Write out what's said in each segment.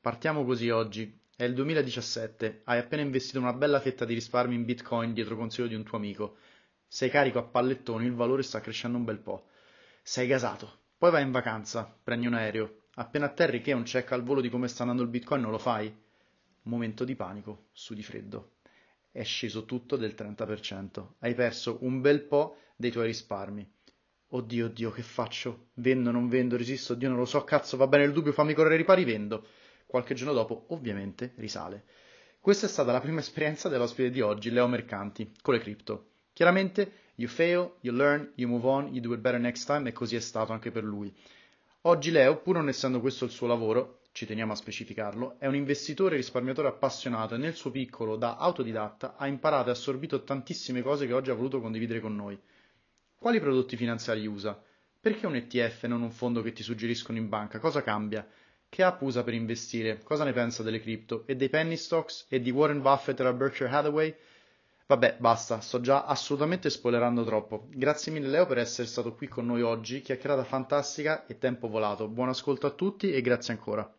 Partiamo così oggi. È il 2017, hai appena investito una bella fetta di risparmi in Bitcoin dietro consiglio di un tuo amico. Sei carico a pallettoni, il valore sta crescendo un bel po'. Sei gasato. Poi vai in vacanza, prendi un aereo. Appena atterri che un check al volo di come sta andando il Bitcoin non lo fai? Momento di panico, su di freddo. È sceso tutto del 30%. Hai perso un bel po' dei tuoi risparmi. Oddio, oddio, che faccio? Vendo, non vendo, resisto, oddio, non lo so, cazzo, va bene il dubbio, fammi correre i ripari, vendo. Qualche giorno dopo, ovviamente, risale. Questa è stata la prima esperienza dell'ospite di oggi, Leo Mercanti, con le cripto. Chiaramente, you fail, you learn, you move on, you do it better next time, e così è stato anche per lui. Oggi Leo, pur non essendo questo il suo lavoro, ci teniamo a specificarlo, è un investitore e risparmiatore appassionato e nel suo piccolo, da autodidatta, ha imparato e assorbito tantissime cose che oggi ha voluto condividere con noi. Quali prodotti finanziari usa? Perché un ETF e non un fondo che ti suggeriscono in banca? Cosa cambia? Che app usa per investire? Cosa ne pensa delle cripto? E dei penny stocks? E di Warren Buffett e la Berkshire Hathaway? Vabbè, basta, sto già assolutamente spoilerando troppo. Grazie mille Leo per essere stato qui con noi oggi, chiacchierata fantastica e tempo volato. Buon ascolto a tutti e grazie ancora.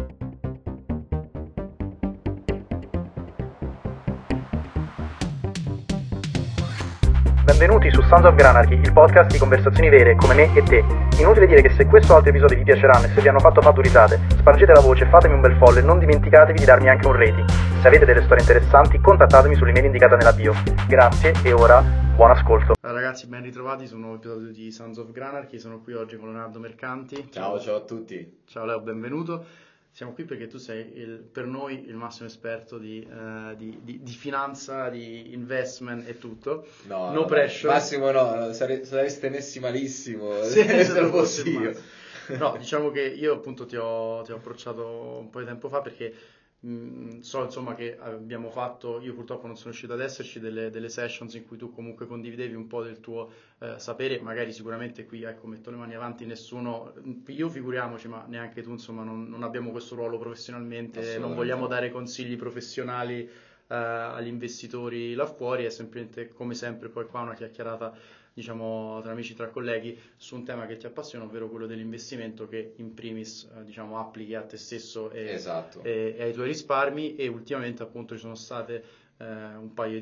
Benvenuti su Sons of Granarchy, il podcast di conversazioni vere come me e te. Inutile dire che se questo o altri episodi vi piaceranno e se vi hanno fatto risate, spargete la voce, fatemi un bel follow e non dimenticatevi di darmi anche un rating. Se avete delle storie interessanti, contattatemi sull'email indicata nella bio. Grazie e ora buon ascolto. Ragazzi, ben ritrovati su un nuovo episodio di Sons of Granarchy. Sono qui oggi con Leonardo Mercanti. Ciao a tutti. Ciao Leo, benvenuto. Siamo qui perché tu sei per noi il massimo esperto di finanza, di investment e tutto. No pressure. Massimo no, sareste messi malissimo se lo fossi io. No, diciamo che io appunto ti ho approcciato un po' di tempo fa perché so insomma che abbiamo fatto, io purtroppo non sono riuscito ad esserci, delle sessions in cui tu comunque condividevi un po' del tuo sapere, magari sicuramente qui, ecco, metto le mani avanti, nessuno, io figuriamoci, ma neanche tu, insomma, non abbiamo questo ruolo professionalmente, non vogliamo dare consigli professionali agli investitori là fuori, è semplicemente, come sempre, poi qua una chiacchierata, diciamo, tra amici, tra colleghi, su un tema che ti appassiona, ovvero quello dell'investimento che in primis, diciamo, applichi a te stesso Esatto. e ai tuoi risparmi, e ultimamente appunto ci sono state un paio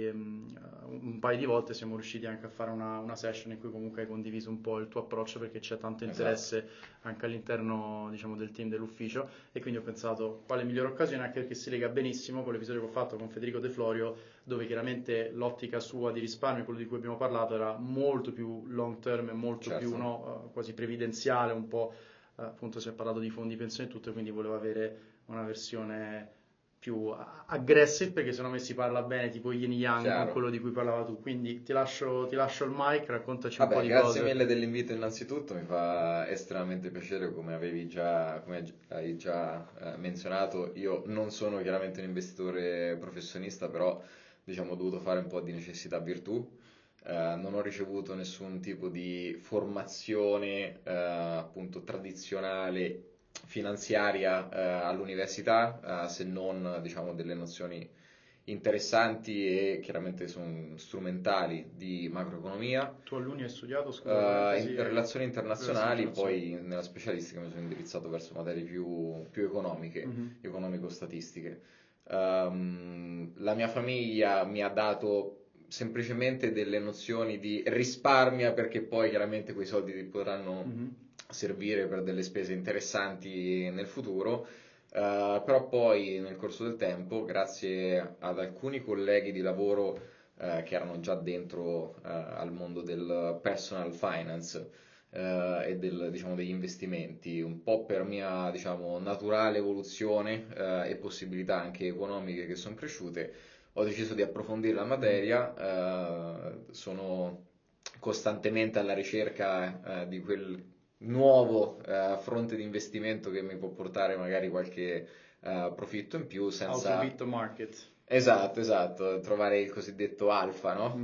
di volte siamo riusciti anche a fare una session in cui comunque hai condiviso un po' il tuo approccio perché c'è tanto interesse anche all'interno, diciamo, del team dell'ufficio, e quindi ho pensato quale migliore occasione, anche perché si lega benissimo con l'episodio che ho fatto con Federico De Florio, dove chiaramente l'ottica sua di risparmio, quello di cui abbiamo parlato, era molto più long term e molto più quasi previdenziale, un po' appunto si è parlato di fondi pensione e tutto, quindi volevo avere una versione più aggressive, perché se no me si parla bene tipo Yin Yang, con quello di cui parlava tu, quindi ti lascio il mic, raccontaci un po' di grazie cose. mille dell'invito innanzitutto, mi fa estremamente piacere, come hai già menzionato, io non sono chiaramente un investitore professionista, però diciamo ho dovuto fare un po' di necessità virtù. Non ho ricevuto nessun tipo di formazione appunto tradizionale finanziaria all'università, se non diciamo delle nozioni interessanti e chiaramente sono strumentali di macroeconomia. Tu all'Uni hai studiato, scusa, In relazioni internazionali, poi nella specialistica mi sono indirizzato verso materie più economiche, economico-statistiche. La mia famiglia mi ha dato semplicemente delle nozioni di risparmia, perché poi chiaramente quei soldi ti potranno servire per delle spese interessanti nel futuro. Però poi nel corso del tempo, grazie ad alcuni colleghi di lavoro che erano già dentro al mondo del personal finance e diciamo, degli investimenti, un po' per mia diciamo, naturale evoluzione e possibilità anche economiche che sono cresciute, ho deciso di approfondire la materia. Sono costantemente alla ricerca di quel nuovo fronte di investimento che mi può portare magari qualche profitto in più senza... How to beat the market. Esatto, trovare il cosiddetto alfa, no?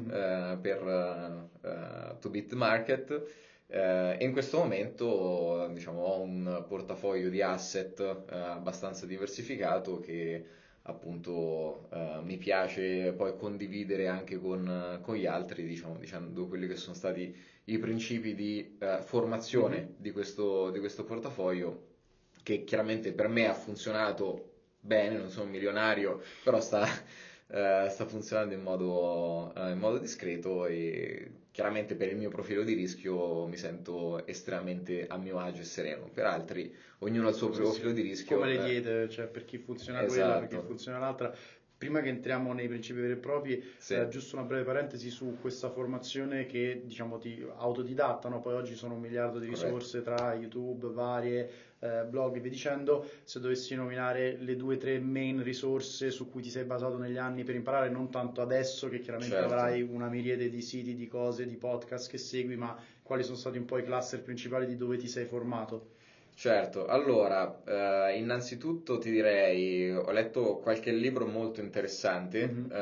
To beat the market. E in questo momento, diciamo, ho un portafoglio di asset abbastanza diversificato che appunto mi piace poi condividere anche con gli altri, diciamo, dicendo quelli che sono stati i principi di formazione di questo portafoglio, che chiaramente per me ha funzionato bene, non sono un milionario, però sta funzionando in modo discreto, e chiaramente per il mio profilo di rischio mi sento estremamente a mio agio e sereno. Per altri, ognuno ha il suo profilo di rischio. Come le diete, cioè per chi funziona quella, per chi funziona l'altra. Prima che entriamo nei principi veri e propri, giusto una breve parentesi su questa formazione che diciamo ti autodidatta, no? Poi oggi sono 1 miliardo di risorse tra YouTube, varie blog e via dicendo. Se dovessi nominare le 2 o 3 main risorse su cui ti sei basato negli anni per imparare, non tanto adesso che chiaramente avrai una miriade di siti, di cose, di podcast che segui, ma quali sono stati un po' i cluster principali di dove ti sei formato? Certo, allora, innanzitutto ti direi, ho letto qualche libro molto interessante.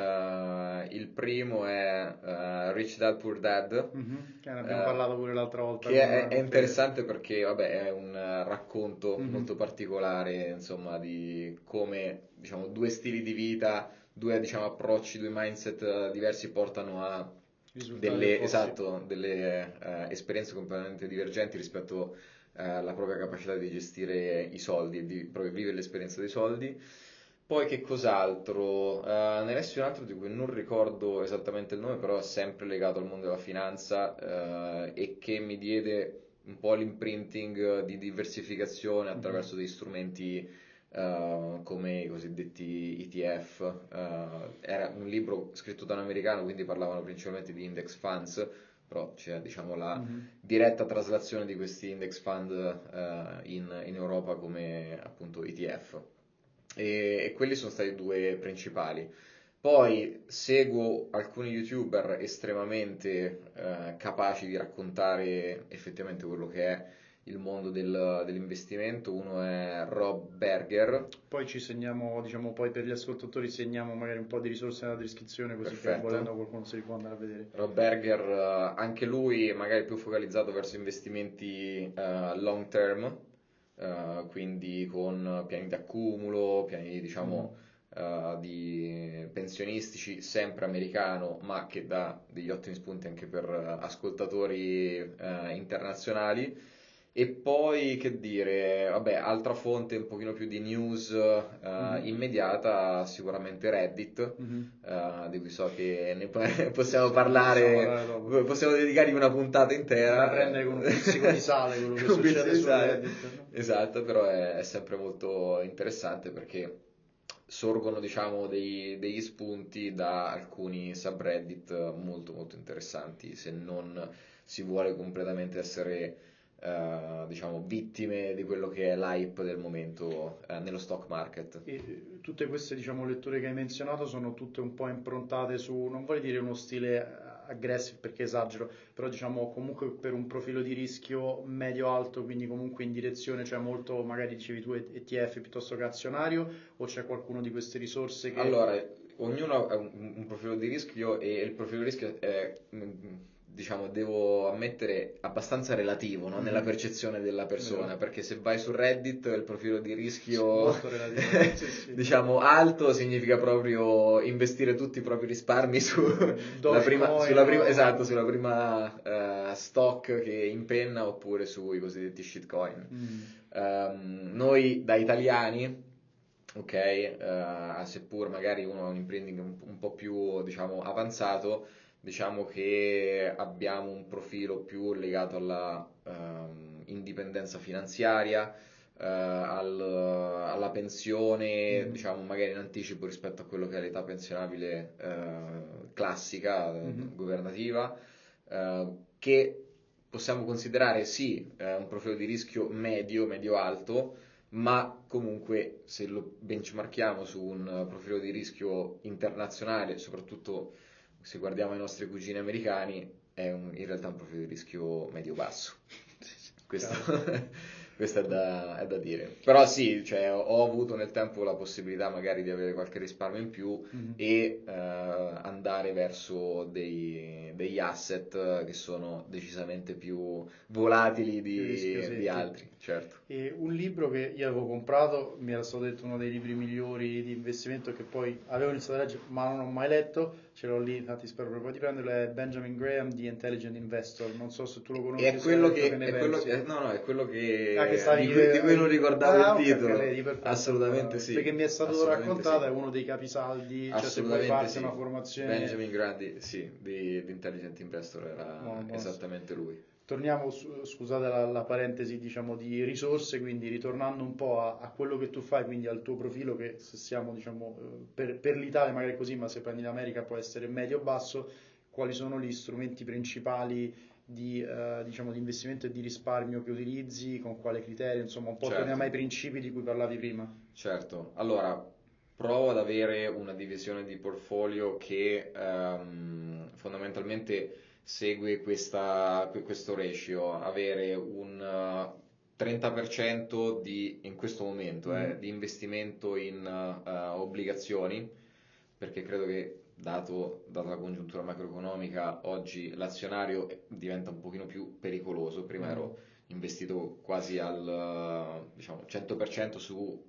Il primo è Rich Dad Poor Dad, che ne abbiamo parlato pure l'altra volta. Che è interessante perché vabbè, è un racconto molto particolare, insomma, di come, diciamo, 2 stili di vita, 2, diciamo, approcci, 2 mindset diversi portano a delle esperienze completamente divergenti rispetto alla propria capacità di gestire i soldi e di proprio vivere l'esperienza dei soldi. Poi che cos'altro? Ne lessi un altro di cui non ricordo esattamente il nome, però è sempre legato al mondo della finanza, e che mi diede un po' l'imprinting di diversificazione attraverso degli strumenti come i cosiddetti ETF. Era un libro scritto da un americano, quindi parlavano principalmente di index funds, però c'è, diciamo, la diretta traslazione di questi index fund in Europa come appunto ETF. E quelli sono stati i 2 principali. Poi seguo alcuni YouTuber estremamente capaci di raccontare effettivamente quello che è il mondo dell'investimento. Uno è Rob Berger. Poi ci segniamo, diciamo, poi per gli ascoltatori segniamo magari un po' di risorse nella descrizione, così che volendo qualcuno si può andare a vedere. Rob Berger, anche lui magari più focalizzato verso investimenti long term, quindi con piani di accumulo, piani, diciamo, di pensionistici, sempre americano, ma che dà degli ottimi spunti anche per ascoltatori internazionali. E poi, che dire, vabbè, altra fonte un pochino più di news immediata, sicuramente Reddit, di cui so che ne possiamo parlare, possiamo dedicargli una puntata intera. Da prendere con un pizzico di sale quello che succede su Reddit. No? Esatto, però è sempre molto interessante perché sorgono, diciamo, degli spunti da alcuni subreddit molto molto interessanti, se non si vuole completamente essere diciamo, vittime di quello che è l'hype del momento nello stock market. E tutte queste, diciamo, letture che hai menzionato sono tutte un po' improntate su, non voglio dire uno stile aggressive perché esagero, però diciamo comunque per un profilo di rischio medio-alto, quindi comunque in direzione, cioè molto, magari dicevi tu, ETF piuttosto che azionario, o c'è qualcuno di queste risorse che... Allora, ognuno ha un profilo di rischio, e il profilo di rischio è, diciamo, devo ammettere, abbastanza relativo, no? Nella percezione della persona, perché se vai su Reddit il profilo di rischio molto relativo, sì. diciamo alto significa proprio investire tutti i propri risparmi sulla prima stock che impenna, oppure sui cosiddetti shitcoin. Noi da italiani, ok, seppur magari uno ha un imprinting un po' più, diciamo, avanzato, diciamo che abbiamo un profilo più legato alla indipendenza finanziaria, alla pensione, diciamo, magari in anticipo rispetto a quello che è l'età pensionabile classica, governativa, che possiamo considerare sì un profilo di rischio medio-alto, ma comunque se lo benchmarkiamo su un profilo di rischio internazionale, soprattutto se guardiamo i nostri cugini americani, è in realtà un profilo di rischio medio-basso. Questo è da dire. Però sì, cioè, ho avuto nel tempo la possibilità magari di avere qualche risparmio in più e andare verso degli asset che sono decisamente più volatili di altri, certo. E un libro che io avevo comprato, mi era stato detto uno dei libri migliori di investimento, che poi avevo iniziato a leggere ma non ho mai letto, ce l'ho lì, infatti spero proprio di prenderlo, è Benjamin Graham, The Intelligent Investor. Non so se tu lo conosci. È quello che di cui non ricordavo il titolo. Okay, Assolutamente sì. Perché mi è stato raccontato, è uno dei capisaldi, cioè se vuoi farti una formazione... Benjamin Grandi, sì, di Intelligent Investor era esattamente lui. Torniamo, scusate la parentesi, diciamo, di risorse, quindi ritornando un po' a quello che tu fai, quindi al tuo profilo, che se siamo, diciamo, per l'Italia magari così, ma se prendi l'America può essere medio-basso, quali sono gli strumenti principali diciamo, di investimento e di risparmio che utilizzi, con quale criterio, insomma, un po' torniamo ai principi di cui parlavi prima. Certo, allora provo ad avere una divisione di portfolio che fondamentalmente segue questo ratio, avere un 30% in questo momento di investimento in obbligazioni, perché credo che data la congiuntura macroeconomica oggi l'azionario diventa un pochino più pericoloso. Prima ero investito quasi al diciamo 100% su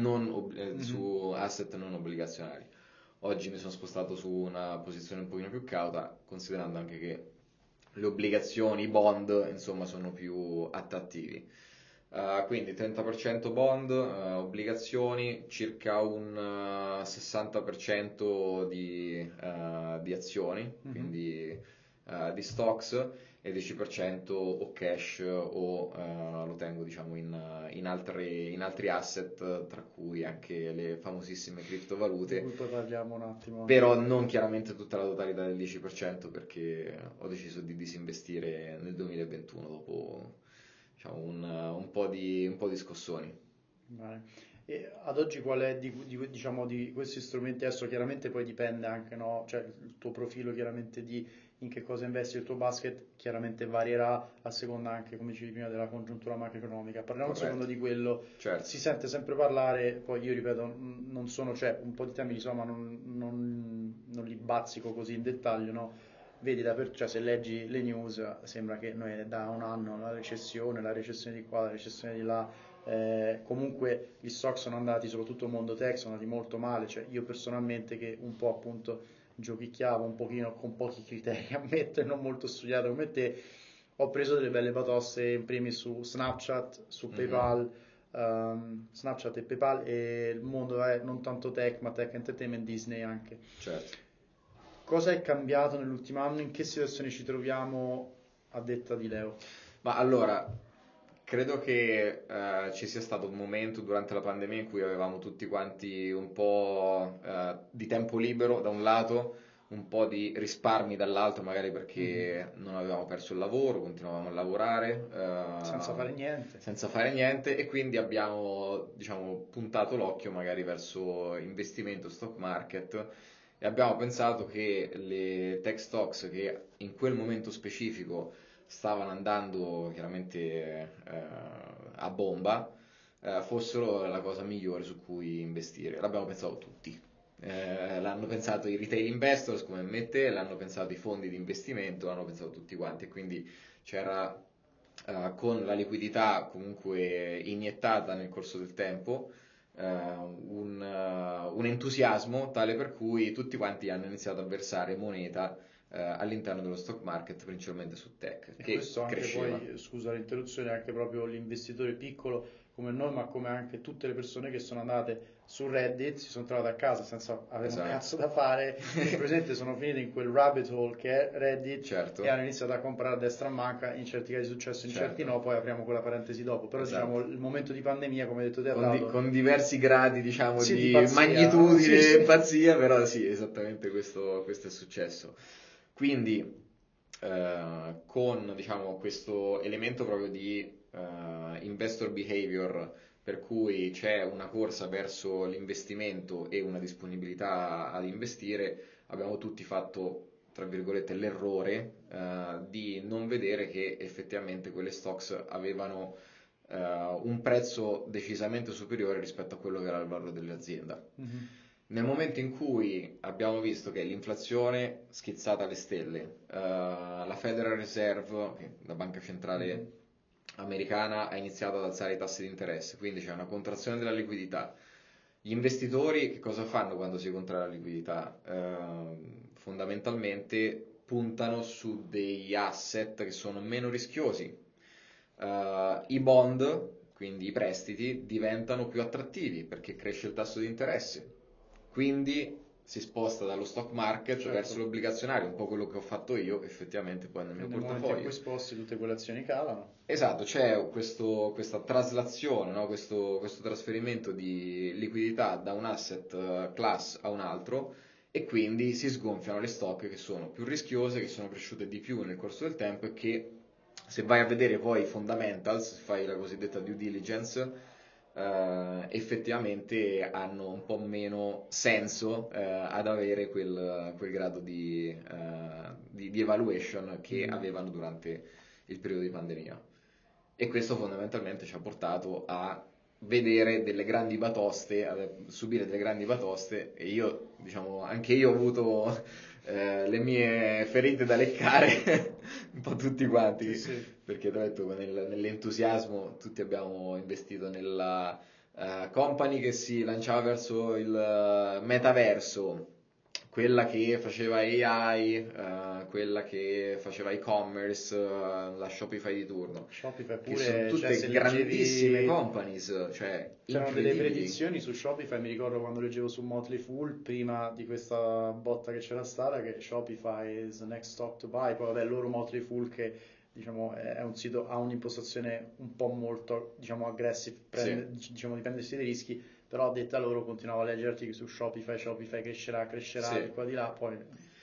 asset non obbligazionari. Oggi mi sono spostato su una posizione un pochino più cauta, considerando anche che le obbligazioni, i bond, insomma, sono più attrattivi. Quindi 30% bond, obbligazioni, circa un 60% di azioni, quindi di stocks, e 10% o cash o lo tengo, diciamo, in altri asset, tra cui anche le famosissime criptovalute. Di cui poi parliamo un attimo. Però non chiaramente tutta la totalità del 10%, perché ho deciso di disinvestire nel 2021 dopo, diciamo, un po' di scossoni. Vale. E ad oggi qual è diciamo, di questi strumenti? Adesso chiaramente poi dipende anche, no? Cioè il tuo profilo chiaramente di in che cosa investi, il tuo basket chiaramente varierà a seconda anche, come dicevi prima, della congiuntura macroeconomica. Parliamo un secondo di quello. Certo. Si sente sempre parlare, poi io ripeto, non sono, cioè un po' di temi insomma non li bazzico così in dettaglio, no? Vedi, cioè, se leggi le news sembra che noi da un anno la recessione di qua, la recessione di là, comunque gli stock sono andati, soprattutto il mondo tech, sono andati molto male, cioè io personalmente che un po' appunto giochicchiavo un pochino con pochi criteri, ammetto, e non molto studiato come te, ho preso delle belle batoste in primis su Snapchat, su PayPal, Snapchat e PayPal, e il mondo è non tanto tech ma tech entertainment, Disney anche. Certo. Cosa è cambiato nell'ultimo anno? In che situazione ci troviamo a detta di Leo? Ma allora, credo che ci sia stato un momento durante la pandemia in cui avevamo tutti quanti un po' di tempo libero da un lato, un po' di risparmi dall'altro, magari perché non avevamo perso il lavoro, continuavamo a lavorare senza fare niente, e quindi abbiamo, diciamo, puntato l'occhio magari verso investimento, stock market, e abbiamo pensato che le tech stocks, che in quel momento specifico stavano andando chiaramente a bomba, fossero la cosa migliore su cui investire. L'abbiamo pensato tutti. L'hanno pensato i retail investors come me e te, l'hanno pensato i fondi di investimento, l'hanno pensato tutti quanti, e quindi c'era con la liquidità comunque iniettata nel corso del tempo un entusiasmo tale per cui tutti quanti hanno iniziato a versare moneta all'interno dello stock market, principalmente su tech, E che questo anche cresceva. poi, scusa l'interruzione, anche proprio l'investitore piccolo come noi, ma come anche tutte le persone che sono andate su Reddit, si sono trovate a casa senza avere un cazzo da fare, e presente sono finite in quel rabbit hole che è Reddit, Certo. e hanno iniziato a comprare a destra e a manca, in certi casi è successo, in certi no, poi apriamo quella parentesi dopo, però diciamo il momento di pandemia, come hai detto te, ha dato... con diversi gradi, diciamo, Sì, di pazzia. magnitudine Sì. e pazzia, però sì, esattamente questo è successo. Quindi con, diciamo, questo elemento proprio di investor behavior, per cui c'è una corsa verso l'investimento e una disponibilità ad investire, abbiamo tutti fatto, tra virgolette, l'errore di non vedere che effettivamente quelle stocks avevano un prezzo decisamente superiore rispetto a quello che era il valore dell'azienda. Nel momento in cui abbiamo visto che l'inflazione schizzata alle stelle, la Federal Reserve, la banca centrale americana, ha iniziato ad alzare i tassi di interesse, quindi c'è una contrazione della liquidità. Gli investitori che cosa fanno quando si contrae la liquidità? Fondamentalmente puntano su degli asset che sono meno rischiosi. I bond quindi i prestiti, diventano più attrattivi perché cresce il tasso di interesse. Quindi si sposta dallo stock market verso l'obbligazionario, un po' quello che ho fatto io effettivamente poi nel mio portafoglio. Nel momento in cui sposti, tutte quelle azioni calano. Esatto, c'è questa traslazione, no? questo trasferimento di liquidità da un asset class a un altro, e quindi si sgonfiano le stock che sono più rischiose, che sono cresciute di più nel corso del tempo, e che, se vai a vedere poi i fundamentals, fai la cosiddetta due diligence, effettivamente hanno un po' meno senso ad avere quel grado di evaluation che avevano durante il periodo di pandemia. E questo fondamentalmente ci ha portato a vedere delle grandi batoste, a subire delle grandi batoste, e io, diciamo, anche io ho avuto le mie ferite da leccare, un po' tutti quanti, Sì. perché ho detto, nell'entusiasmo tutti abbiamo investito nella company che si lanciava verso il metaverso, quella che faceva AI, quella che faceva e-commerce, la Shopify di turno. Shopify pure, Che sono tutte se grandissime companies, cioè c'erano delle incredibili. predizioni su Shopify, mi ricordo quando leggevo su Motley Fool, prima di questa botta che c'era stata, che Shopify is the next stock to buy. Poi vabbè, loro Motley Fool, che diciamo è un sito, ha un'impostazione un po' molto, diciamo, aggressive, diciamo, di prendersi dei rischi, però detta loro continuavo a leggere articoli su Shopify crescerà di qua di là, poi...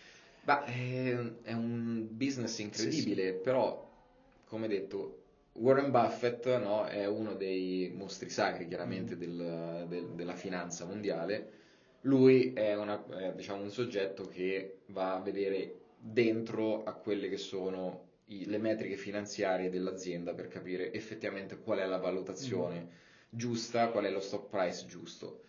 È un business incredibile, però, come detto, Warren Buffett, no, è uno dei mostri sacri, chiaramente, della finanza mondiale. Lui è diciamo, un soggetto che va a vedere dentro a quelle che sono le metriche finanziarie dell'azienda per capire effettivamente qual è la valutazione giusta, qual è lo stock price giusto.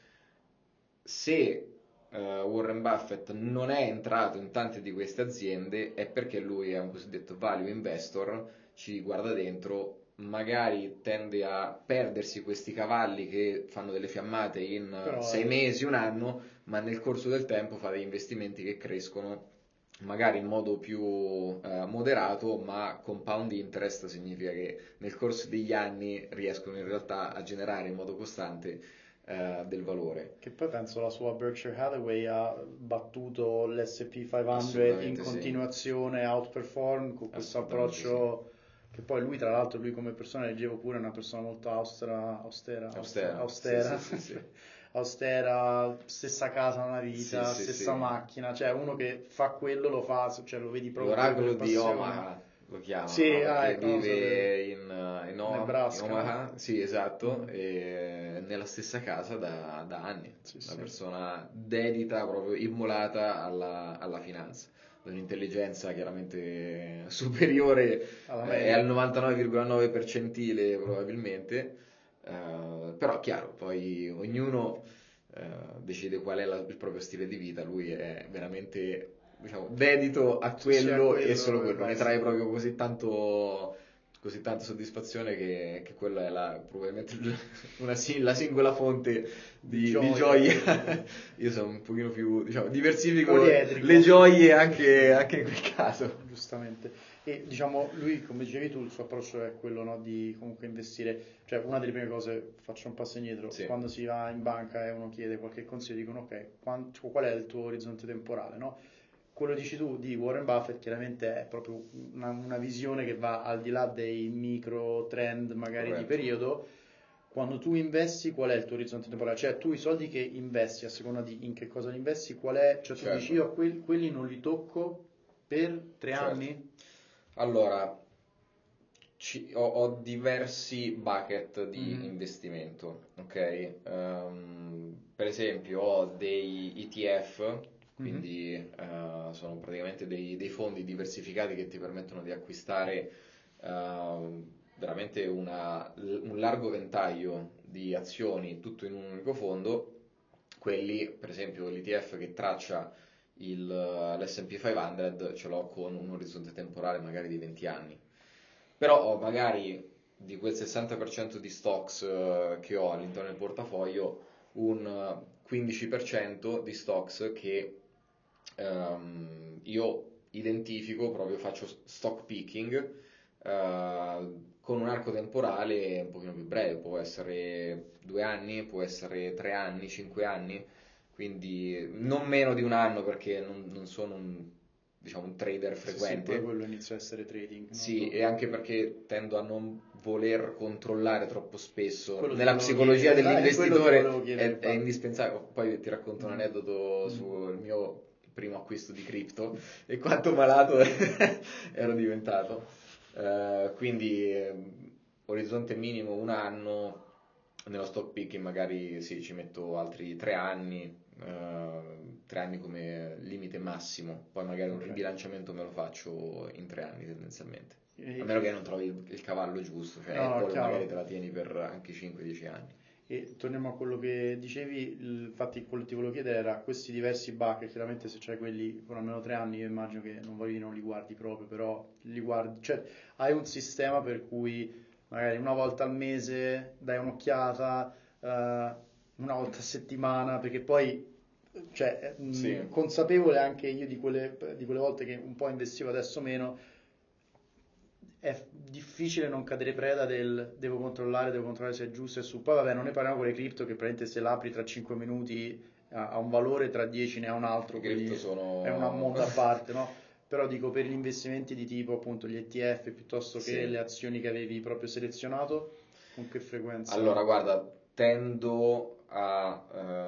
Se Warren Buffett non è entrato in tante di queste aziende è perché lui è un cosiddetto value investor, ci guarda dentro, magari tende a perdersi questi cavalli che fanno delle fiammate in 6 mesi, un anno, ma nel corso del tempo fa degli investimenti che crescono magari in modo più moderato, ma compound interest significa che nel corso degli anni riescono in realtà a generare in modo costante del valore. Che poi penso la sua Berkshire Hathaway ha battuto l'S&P 500 in continuazione, outperform con questo approccio che poi lui, tra l'altro, lui come persona, leggevo pure, è una persona molto austera, sì. austera, stessa casa nella vita, stessa macchina, cioè uno che fa quello, lo fa, cioè lo vedi proprio l'oracolo di Omaha lo chiamano, sì, no? Perché ecco, vive in Nebraska, Omaha, sì, esatto, e nella stessa casa da anni, una persona dedita, proprio immolata alla finanza, da un'intelligenza chiaramente superiore è al 99,9 percentile probabilmente, però chiaro, poi ognuno decide qual è il proprio stile di vita. Lui è veramente, diciamo, dedito a quello e solo quello, ne trae proprio così tanta soddisfazione che quella è probabilmente la singola fonte di gioia. Io sono un pochino più, diciamo, diversifico le gioie anche in quel caso. Giustamente. E diciamo, lui, come dicevi tu, il suo approccio è quello, no, di comunque investire. Cioè, una delle prime cose, faccio un passo indietro, quando si va in banca e uno chiede qualche consiglio, dicono ok, qual è il tuo orizzonte temporale, no? Quello dici tu di Warren Buffett chiaramente è proprio una visione che va al di là dei micro trend magari di periodo. Quando tu investi, qual è il tuo orizzonte temporale? Cioè, tu i soldi che investi, a seconda di in che cosa li investi, qual è? Cioè, tu dici io quelli non li tocco per 3 anni? Allora, ho diversi bucket di investimento, ok? Per esempio ho dei ETF, quindi sono praticamente dei fondi diversificati che ti permettono di acquistare veramente un largo ventaglio di azioni tutto in un unico fondo. Quelli, per esempio l'ETF che traccia l'S&P 500 ce l'ho con un orizzonte temporale magari di 20 anni. Però ho magari di quel 60% di stocks che ho all'interno del portafoglio, un 15% di stocks che io identifico, proprio faccio stock picking, con un arco temporale un pochino più breve, può essere 2 anni, può essere 3 anni, 5 anni, quindi non meno di un anno perché non sono un trader frequente. Sì, poi quello inizia a essere trading. Sì, e anche perché tendo a non voler controllare troppo spesso. Quello ti Nella volevo psicologia chiedere, dell'investitore è indispensabile. Poi ti racconto un aneddoto sul mio primo acquisto di cripto e quanto malato ero diventato. Quindi orizzonte minimo un anno, nello stock picking magari sì, ci metto altri 3 anni, 3 anni come limite massimo, poi magari un ribilanciamento me lo faccio in 3 anni tendenzialmente. A meno che non trovi il cavallo giusto, cioè No, Apple chiaro. magari te la tieni per anche 5-10 anni. E torniamo a quello che dicevi, infatti quello che ti volevo chiedere era questi diversi bucket, chiaramente se c'hai quelli con almeno 3 anni, io immagino che non voglio dire non li guardi proprio, però li guardi, cioè hai un sistema per cui magari una volta al mese dai un'occhiata, una volta a settimana, perché poi, cioè, Sì. consapevole anche io di quelle volte che un po' investivo, adesso meno, è difficile non cadere preda del devo controllare se è giusto e su. Poi vabbè, non ne parliamo con le cripto che praticamente se l'apri tra 5 minuti ha un valore, tra 10 ne ha un altro, Le cripto quindi sono... è un mondo a parte, no? Però dico per gli investimenti di tipo appunto gli ETF piuttosto che Sì. le azioni che avevi proprio selezionato, con che frequenza? Allora, guarda, tendo a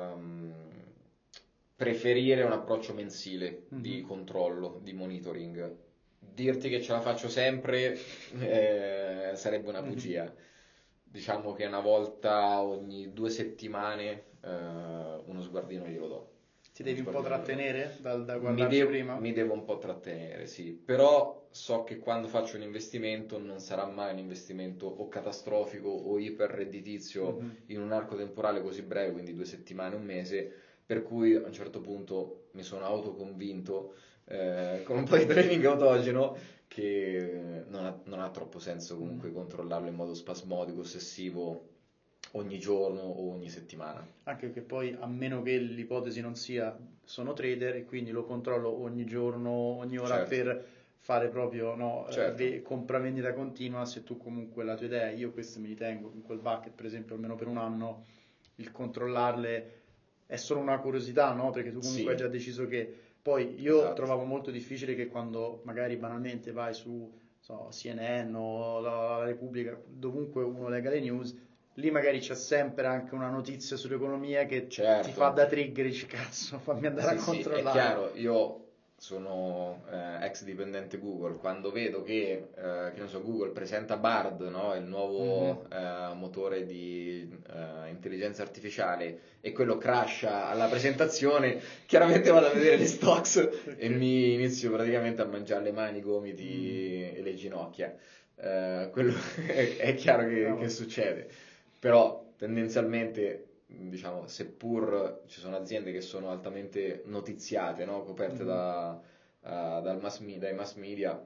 preferire un approccio mensile di controllo, di monitoring. Dirti che ce la faccio sempre sarebbe una bugia. Diciamo che una volta ogni 2 settimane uno sguardino glielo do. Ti devi un po' trattenere da Mi guardarci devo, prima? mi devo un po' trattenere, sì, però so che quando faccio un investimento non sarà mai un investimento o catastrofico o iper redditizio in un arco temporale così breve, quindi 2 settimane, un mese, per cui a un certo punto mi sono autoconvinto con un po' di training autogeno che non ha troppo senso comunque controllarlo in modo spasmodico, ossessivo ogni giorno o ogni settimana. Anche che poi, a meno che l'ipotesi non sia sono trader e quindi lo controllo ogni giorno, ogni ora Certo. per fare proprio no, Certo. compravendita continua, se tu comunque la tua idea, io queste me li tengo in quel bucket per esempio almeno per un anno, il controllarle è solo una curiosità, no? Perché tu comunque hai Sì. già deciso che poi io Esatto. trovavo molto difficile che quando magari banalmente vai su CNN o la Repubblica, dovunque uno lega le news, lì magari c'è sempre anche una notizia sull'economia che Certo. ti fa da trigger, dici cazzo, fammi andare a Sì, è controllare. chiaro, io sono ex dipendente Google, quando vedo che ne so, Google presenta Bard, no? Il nuovo motore di intelligenza artificiale e quello crasha alla presentazione, chiaramente vado a vedere le stocks e mi inizio praticamente a mangiare le mani, i gomiti e le ginocchia. Quello è chiaro che succede, però tendenzialmente diciamo, seppur ci sono aziende che sono altamente notiziate, no? Coperte dai mass media,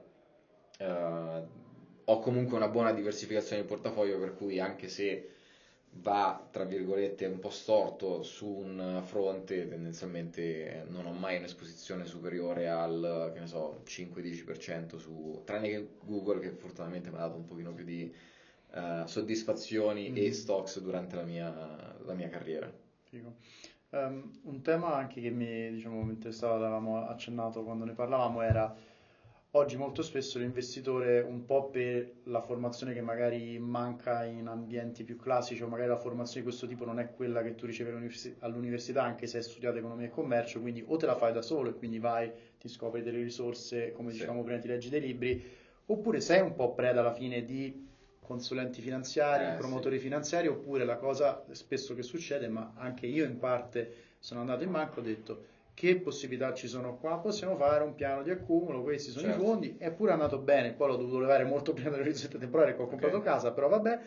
ho comunque una buona diversificazione di portafoglio, per cui anche se va, tra virgolette, un po' storto su un fronte, tendenzialmente non ho mai un'esposizione superiore al, che ne so, 5-10% tranne che Google, che fortunatamente mi ha dato un pochino più di soddisfazioni e stocks durante la mia carriera. Figo. Un tema anche che mi, diciamo, mi interessava, avevamo accennato quando ne parlavamo, era oggi molto spesso l'investitore, un po' per la formazione che magari manca in ambienti più classici, o magari la formazione di questo tipo non è quella che tu ricevi all'università, anche se hai studiato economia e commercio, quindi o te la fai da solo e quindi vai, ti scopri delle risorse, come dicevamo prima, ti leggi dei libri, oppure sei un po' preda alla fine di consulenti finanziari, promotori finanziari, oppure la cosa spesso che succede, ma anche io in parte sono andato in banca, ho detto che possibilità ci sono qua, possiamo fare un piano di accumulo, questi sono i fondi, è pure andato bene, poi l'ho dovuto levare molto prima dell'orizzonte temporale che ho comprato casa, però vabbè.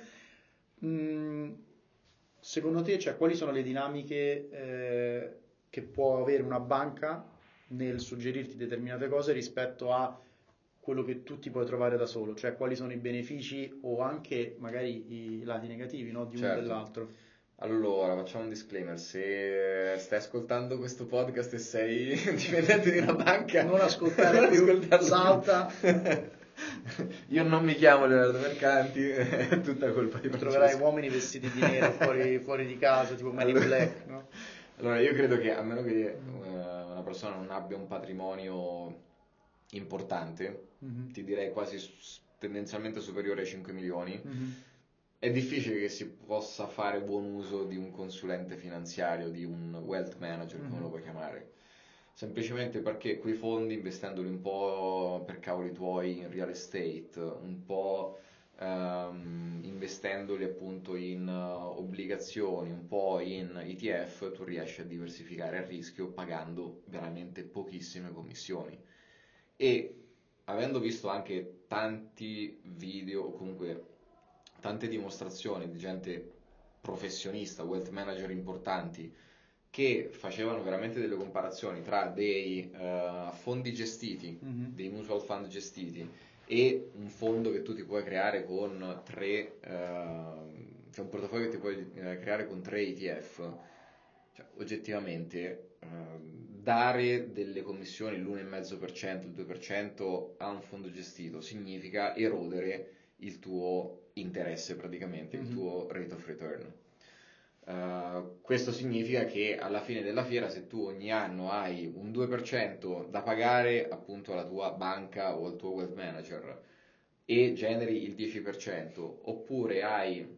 Secondo te, cioè, quali sono le dinamiche che può avere una banca nel suggerirti determinate cose rispetto a quello che tu ti puoi trovare da solo, cioè quali sono i benefici o anche magari i lati negativi, no, di uno o dell'altro? Allora, facciamo un disclaimer, se stai ascoltando questo podcast e sei dipendente di una banca, non ascoltare più, ascoltarlo salta. Io non mi chiamo Leonardo Mercanti, è tutta colpa di Francesco. Troverai uomini vestiti di nero fuori di casa, tipo Men in Black, no? Allora, io credo che a meno che una persona non abbia un patrimonio importante, ti direi quasi tendenzialmente superiore ai 5 milioni, è difficile che si possa fare buon uso di un consulente finanziario, di un wealth manager, come lo puoi chiamare. Semplicemente perché quei fondi, investendoli un po' per cavoli tuoi in real estate, un po' investendoli appunto in obbligazioni, un po' in ETF, tu riesci a diversificare il rischio pagando veramente pochissime commissioni. E avendo visto anche tanti video o comunque tante dimostrazioni di gente professionista, wealth manager importanti, che facevano veramente delle comparazioni tra dei fondi gestiti, dei mutual fund gestiti e un fondo che tu ti puoi creare con cioè un portafoglio che ti puoi creare con 3 ETF, cioè, oggettivamente dare delle commissioni l'1,5%, il 2% a un fondo gestito significa erodere il tuo interesse praticamente, il tuo rate of return. Questo significa che alla fine della fiera, se tu ogni anno hai un 2% da pagare appunto alla tua banca o al tuo wealth manager e generi il 10%, oppure hai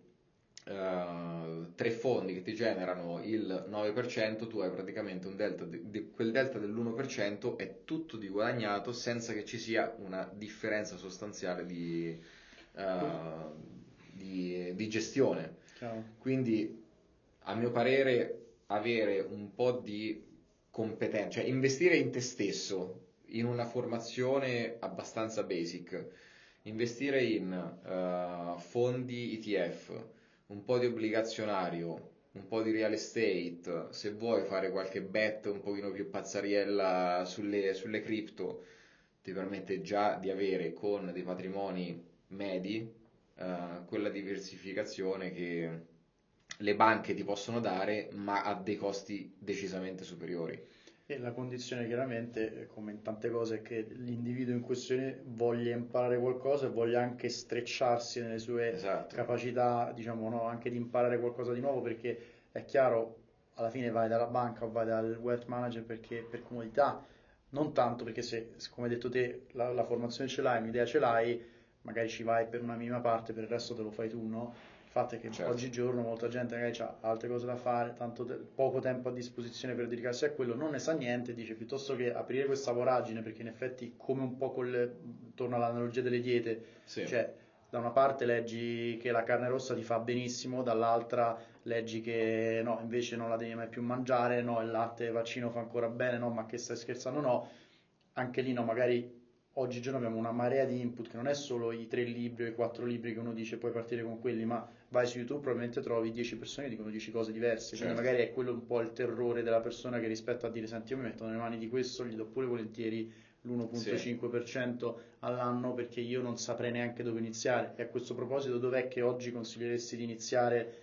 3 fondi che ti generano il 9%, tu hai praticamente un delta, quel delta dell'1% è tutto di guadagnato senza che ci sia una differenza sostanziale di gestione. Ciao. Quindi a mio parere avere un po' di competenza, cioè investire in te stesso, in una formazione abbastanza basic, investire in fondi ETF, un po' di obbligazionario, un po' di real estate, se vuoi fare qualche bet un pochino più pazzariella sulle cripto, ti permette già di avere con dei patrimoni medi quella diversificazione che le banche ti possono dare, ma a dei costi decisamente superiori. E la condizione chiaramente, come in tante cose, è che l'individuo in questione voglia imparare qualcosa e voglia anche strecciarsi nelle sue capacità, diciamo, no, anche di imparare qualcosa di nuovo, perché è chiaro, alla fine vai dalla banca o vai dal wealth manager perché per comodità, non tanto perché se, come hai detto te, la formazione ce l'hai, un'idea ce l'hai, magari ci vai per una minima parte, per il resto te lo fai tu, no? Il fatto è che oggigiorno molta gente magari ha altre cose da fare, poco tempo a disposizione per dedicarsi a quello, non ne sa niente, dice piuttosto che aprire questa voragine, perché in effetti come un po' torno all'analogia delle diete, cioè da una parte leggi che la carne rossa ti fa benissimo, dall'altra leggi che no, invece non la devi mai più mangiare, no, il latte vaccino fa ancora bene, no, ma che stai scherzando, no, anche lì no, magari oggigiorno abbiamo una marea di input che non è solo i 3 libri o i 4 libri che uno dice puoi partire con quelli, ma vai su YouTube probabilmente trovi 10 persone che dicono 10 cose diverse, quindi magari è quello un po' il terrore della persona che rispetto a dire senti io mi metto nelle mani di questo, gli do pure volentieri l'1,5% all'anno perché io non saprei neanche dove iniziare. E a questo proposito dov'è che oggi consiglieresti di iniziare?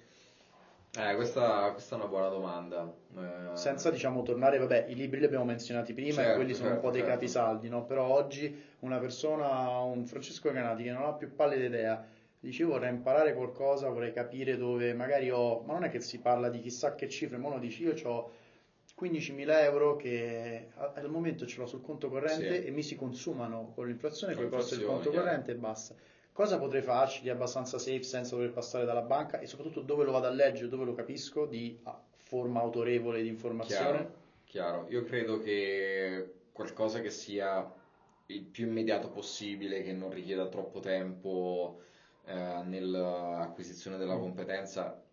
Questa è una buona domanda. Senza diciamo tornare, vabbè, i libri li abbiamo menzionati prima e quelli sono un po' dei capisaldi, no? Però oggi una persona, un Francesco Canati che non ha più pallida idea, dice vorrei imparare qualcosa, vorrei capire dove magari ho, ma non è che si parla di chissà che cifre, ma uno dice io ho 15.000 euro che al momento ce l'ho sul conto corrente e mi si consumano con l'inflazione, con i costi del conto corrente e basta. Cosa potrei farci di abbastanza safe senza dover passare dalla banca e soprattutto dove lo vado a leggere, dove lo capisco di forma autorevole di informazione? Chiaro. Io credo che qualcosa che sia il più immediato possibile, che non richieda troppo tempo nell'acquisizione della competenza,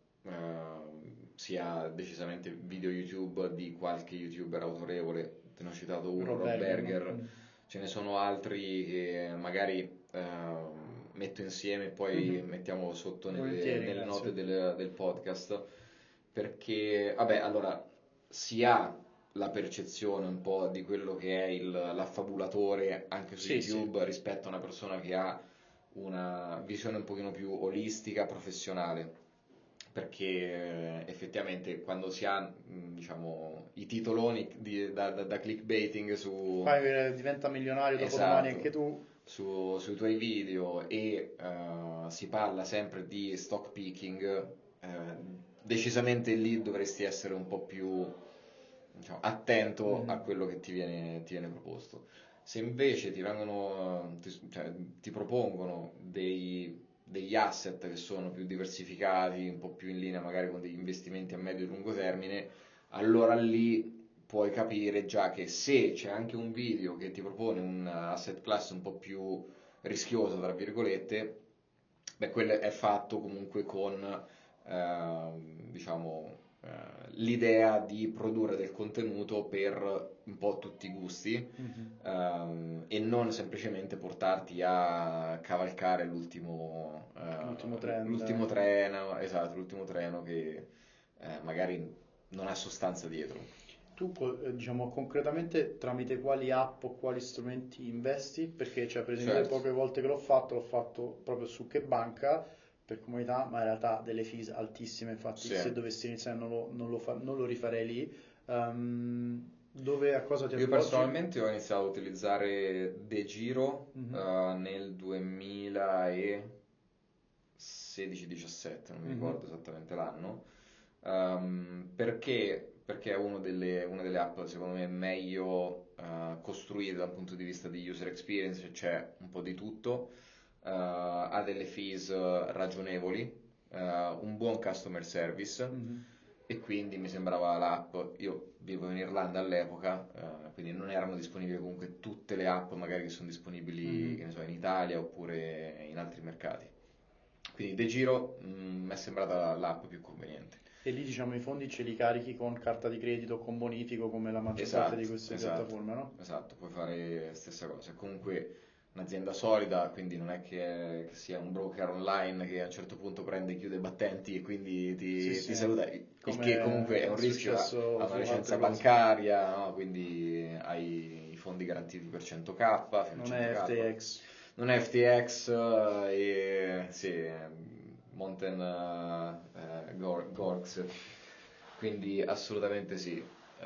sia decisamente video YouTube di qualche YouTuber autorevole. Te ne ho citato uno, Rob Berger. No? Ce ne sono altri che magari metto insieme e poi mettiamo sotto nelle note del podcast, perché vabbè, allora si ha la percezione un po' di quello che è l'affabulatore anche su YouTube rispetto a una persona che ha una visione un pochino più olistica, professionale, perché effettivamente quando si ha diciamo i titoloni da clickbaiting su diventa milionario dopo domani anche tu. sui tuoi video e si parla sempre di stock picking, decisamente lì dovresti essere un po' più, diciamo, attento a quello che ti viene proposto. Se invece ti propongono degli asset che sono più diversificati, un po' più in linea magari con degli investimenti a medio e lungo termine, allora lì puoi capire già che se c'è anche un video che ti propone un asset class un po' più rischioso, tra virgolette, beh, quello è fatto comunque con, diciamo, l'idea di produrre del contenuto per un po' tutti i gusti, e non semplicemente portarti a cavalcare l'ultimo treno, esatto, l'ultimo treno che magari non ha sostanza dietro. Tu, diciamo, concretamente tramite quali app o quali strumenti investi? Perché, cioè, per esempio, Certo. le poche volte che l'ho fatto proprio su Che Banca per comunità, ma in realtà delle fees altissime, infatti Sì. se dovessi iniziare non lo rifarei lì. Dove, a cosa ti Io appoggi? personalmente ho iniziato a utilizzare DeGiro nel 2016-17, non mi ricordo esattamente l'anno, perché è una delle app secondo me meglio costruite dal punto di vista di user experience, cioè c'è un po' di tutto, ha delle fees ragionevoli, un buon customer service. E quindi mi sembrava l'app, io vivo in Irlanda all'epoca, quindi non erano disponibili comunque tutte le app magari che sono disponibili, che ne so, in Italia oppure in altri mercati. Quindi DeGiro mi è sembrata l'app più conveniente. E lì, diciamo, i fondi ce li carichi con carta di credito o con bonifico come la maggior parte di queste piattaforme, no? Esatto, puoi fare la stessa cosa. È comunque un'azienda solida, quindi non è che sia un broker online che a un certo punto prende e chiude i battenti e quindi ti saluta, il che comunque è un rischio, ha una licenza bancaria, no? Quindi hai i fondi garantiti per 100k, fino a 100k. Non è FTX. Non è FTX, sì, Mountain Gorks, quindi assolutamente sì.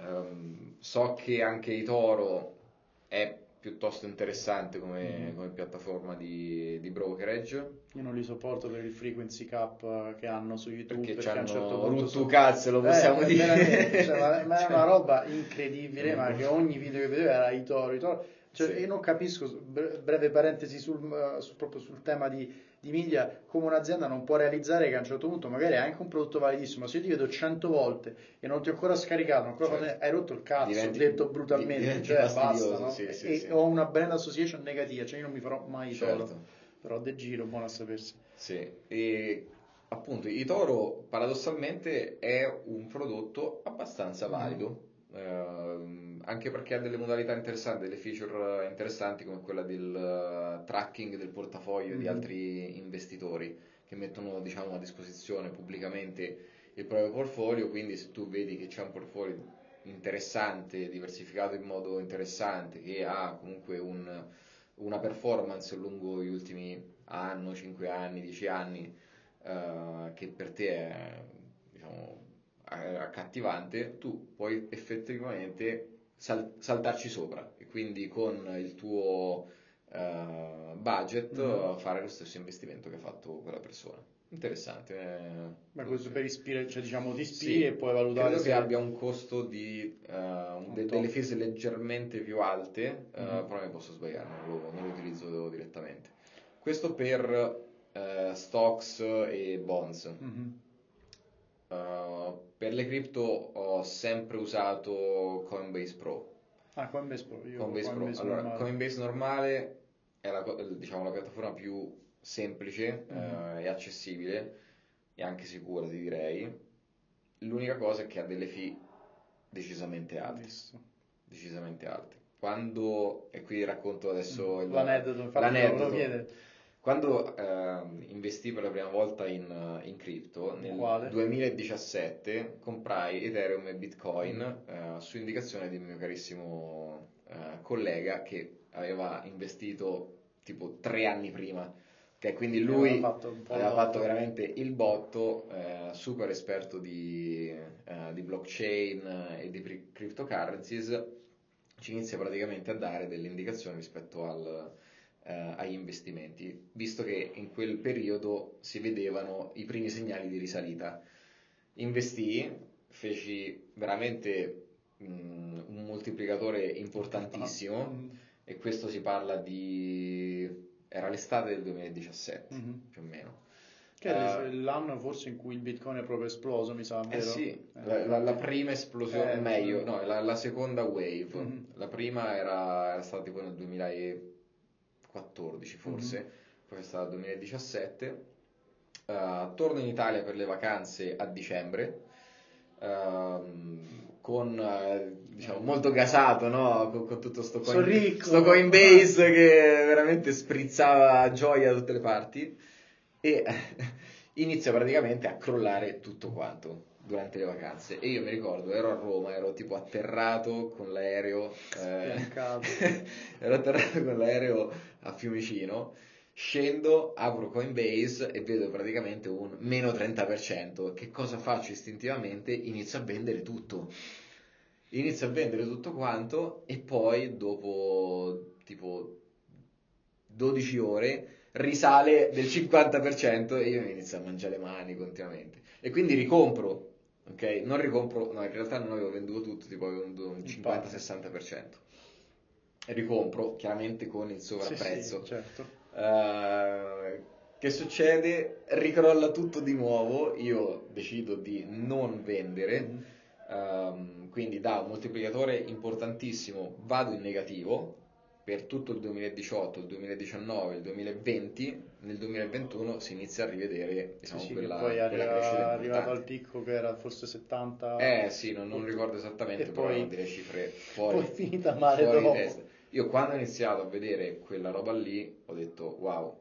So che anche eToro è piuttosto interessante come piattaforma di brokerage. Io non li sopporto per il frequency cap che hanno su YouTube, Perché a un certo c'hanno punto rotto cazzo, lo possiamo dire. veramente, cioè, ma è una roba incredibile, ma che ogni video che vedevo era eToro. Cioè, Sì. io non capisco, breve parentesi proprio sul tema di media, come un'azienda non può realizzare che a un certo punto magari hai anche un prodotto validissimo, ma se io ti vedo 100 volte e non ti ho ancora scaricato, hai rotto il cazzo, detto brutalmente, diventi cioè fastidioso, basta, no? sì, E sì. ho una brand association negativa, cioè io non mi farò mai eToro, Certo. però De Giro, buono a sapersi. Sì, e appunto eToro paradossalmente è un prodotto abbastanza valido, anche perché ha delle modalità interessanti, delle feature interessanti come quella del tracking del portafoglio di altri investitori che mettono, diciamo, a disposizione pubblicamente il proprio portfolio, quindi se tu vedi che c'è un portfolio interessante, diversificato in modo interessante, che ha comunque una performance lungo gli ultimi anno, 5 anni, 10 anni, che per te è, diciamo, accattivante, tu puoi effettivamente saltarci sopra e quindi con il tuo budget fare lo stesso investimento che ha fatto quella persona. Interessante. Ma questo per ispirare, cioè diciamo ti ispiri Sì, e poi valutare credo se che abbia un costo di delle top. fees leggermente più alte, però mi posso sbagliare, non lo utilizzo direttamente. Questo per stocks e bonds. Per le cripto ho sempre usato Coinbase Pro. Coinbase Pro, io Coinbase Pro. Coinbase Allora, normale. Coinbase normale è diciamo, la piattaforma più semplice e accessibile e anche sicura, ti direi. L'unica cosa è che ha delle fee decisamente alte. Decisamente alte. Quando, e qui racconto adesso L'aneddoto, infatti te lo volevo chiedere. Quando investii per la prima volta in cripto, nel Quale? 2017 comprai Ethereum e Bitcoin su indicazione di un mio carissimo collega che aveva investito tipo 3 anni prima. Okay, quindi lui aveva fatto veramente il botto, super esperto di blockchain e di cryptocurrencies, ci inizia praticamente a dare delle indicazioni rispetto agli investimenti, visto che in quel periodo si vedevano i primi segnali di risalita. Investii, feci veramente un moltiplicatore importantissimo, e questo si parla era l'estate del 2017, più o meno. Che è l'anno forse in cui il Bitcoin è proprio esploso, mi sa, vero? Sì, la prima esplosione, meglio, no, la seconda wave. La prima era stata tipo nel 2014 forse, poi è stata nel 2017. Torno in Italia per le vacanze a dicembre, diciamo molto gasato, no? Con tutto sto Coinbase che veramente sprizzava gioia da tutte le parti, e inizia praticamente a crollare tutto quanto durante le vacanze. E io mi ricordo, ero a Roma, ero tipo atterrato con l'aereo ero atterrato con l'aereo a Fiumicino. Scendo, apro Coinbase e vedo praticamente un meno 30%. Che cosa faccio istintivamente? Inizio a vendere tutto. Inizio a vendere tutto quanto, e poi dopo tipo 12 ore risale del 50% e io mi inizio a mangiare le mani continuamente. E quindi ricompro, ok? Non ricompro, no, in realtà non avevo venduto tutto, tipo avevo venduto un 50-60%. E ricompro, chiaramente con il sovrapprezzo. Sì, certo. Che succede? Ricrolla tutto di nuovo, io decido di non vendere, quindi da un moltiplicatore importantissimo vado in negativo per tutto il 2018, il 2019, il 2020. Nel 2021 si inizia a rivedere, diciamo, quella crescita è arrivato al picco che era forse 70. Sì, non ricordo esattamente, però poi erano delle cifre poi finita male fuori di dopo. testa. Io quando ho iniziato a vedere quella roba lì ho detto wow,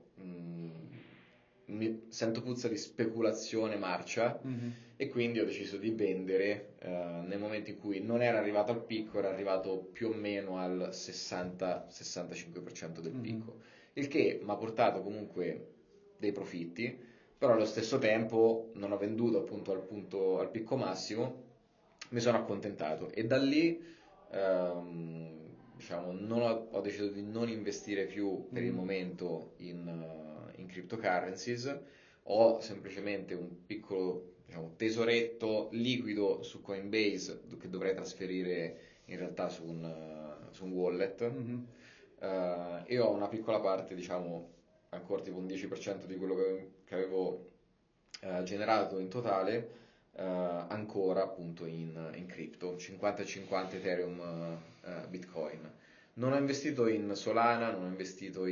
mi sento puzza di speculazione marcia, e quindi ho deciso di vendere nel momento in cui non era arrivato al picco, era arrivato più o meno al 60-65% del picco, il che mi ha portato comunque dei profitti, però allo stesso tempo non ho venduto appunto al picco massimo, mi sono accontentato, e da lì diciamo ho deciso di non investire più per il momento in cryptocurrencies. Ho semplicemente un piccolo, diciamo, tesoretto liquido su Coinbase che dovrei trasferire in realtà su un wallet, e ho una piccola parte, diciamo, ancora tipo un 10% di quello che avevo generato in totale, ancora appunto in cripto, 50-50 Ethereum, Bitcoin. Non ho investito in Solana, non ho investito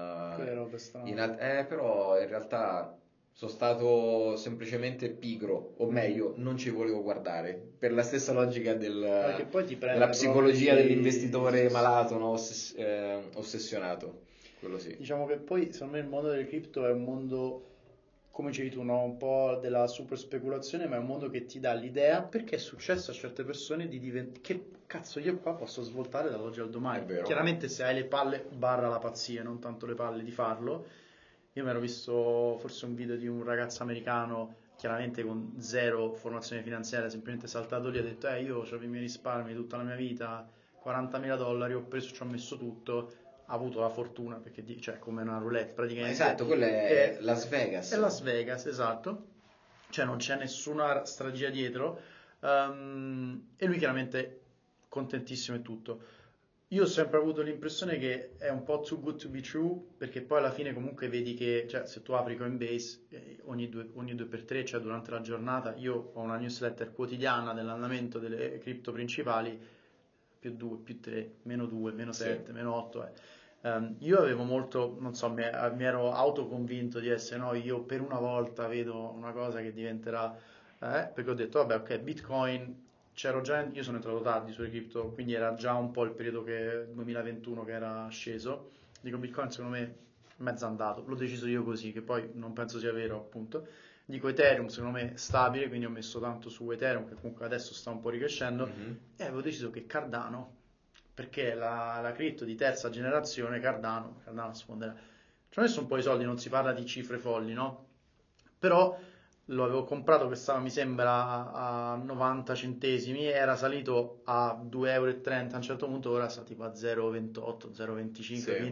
però in realtà sono stato semplicemente pigro, o meglio, non ci volevo guardare, per la stessa logica della psicologia dell'investitore malato, no? Ossessionato, quello sì. Diciamo che poi secondo me il mondo delle cripto è un mondo, come dicevi tu, no? Un po' della super speculazione, ma è un mondo che ti dà l'idea, perché è successo a certe persone di diventare, che cazzo, io qua posso svoltare dall'oggi al domani. È vero. Chiaramente se hai le palle barra la pazzia, non tanto le palle di farlo. Io mi ero visto forse un video di un ragazzo americano, chiaramente con zero formazione finanziaria, semplicemente saltato lì e ha detto io avevo i miei risparmi tutta la mia vita, $40.000, ho preso, ci ho messo tutto, ha avuto la fortuna, perché cioè come una roulette praticamente. Esatto, quello è Las Vegas. È Las Vegas, esatto, cioè non c'è nessuna strategia dietro, e lui chiaramente contentissimo e tutto. Io ho sempre avuto l'impressione che è un po' too good to be true, perché poi alla fine comunque vedi che, cioè, se tu apri Coinbase ogni 2x3, cioè durante la giornata, io ho una newsletter quotidiana dell'andamento delle cripto principali, più 2, più 3, meno 2, meno 7, sì, meno 8. Io avevo molto, non so, mi ero autoconvinto di essere, no, io per una volta vedo una cosa che diventerà, perché ho detto, vabbè, ok, Bitcoin... io sono entrato tardi sulle cripto, quindi era già un po' il periodo 2021 che era sceso. Dico, Bitcoin secondo me mezzo andato, l'ho deciso io così, che poi non penso sia vero appunto. Dico Ethereum secondo me stabile, quindi ho messo tanto su Ethereum che comunque adesso sta un po' ricrescendo, e avevo deciso che Cardano, perché la cripto di terza generazione, Cardano sfonderà. Ci ho messo un po' di soldi, non si parla di cifre folli, no? Però lo avevo comprato che stava, mi sembra, a 90 centesimi, era salito a 2,30 euro a un certo punto, ora sta tipo a 0,28, 0,25, sì, quindi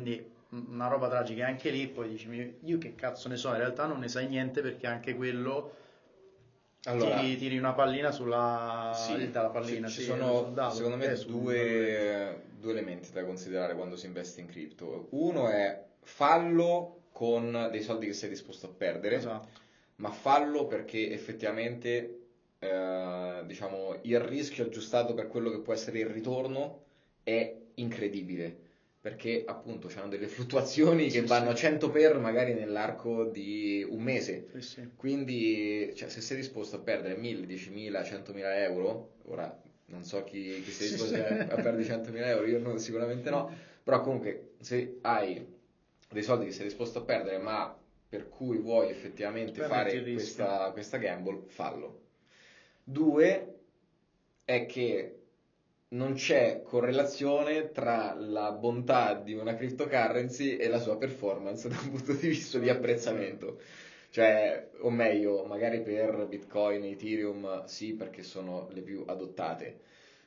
una roba tragica, e anche lì poi dici, io che cazzo ne so, in realtà non ne sai niente, perché anche quello Allora, tiri una pallina sulla... sì, dalla pallina, ci sì, sono sul dado, secondo me sul due elementi da considerare quando si investe in cripto. Uno è fallo con dei soldi che sei disposto a perdere, esatto, ma fallo perché effettivamente diciamo, il rischio aggiustato per quello che può essere il ritorno è incredibile. Perché appunto c'hanno delle fluttuazioni che sì, vanno a sì, 100 per magari nell'arco di un mese. sì, sì. Quindi, cioè, se sei disposto a perdere 1000, 10.000, 100.000 euro, ora non so chi sia Sì, disposto sì. a perdere 100.000 euro, io sicuramente no, però comunque se hai dei soldi che sei disposto a perdere, ma per cui vuoi effettivamente Veramente il fare rischio. questa gamble, fallo. Due è che non c'è correlazione tra la bontà di una cryptocurrency e la sua performance da un punto di vista di apprezzamento. Cioè, o meglio, magari per Bitcoin e Ethereum sì, perché sono le più adottate.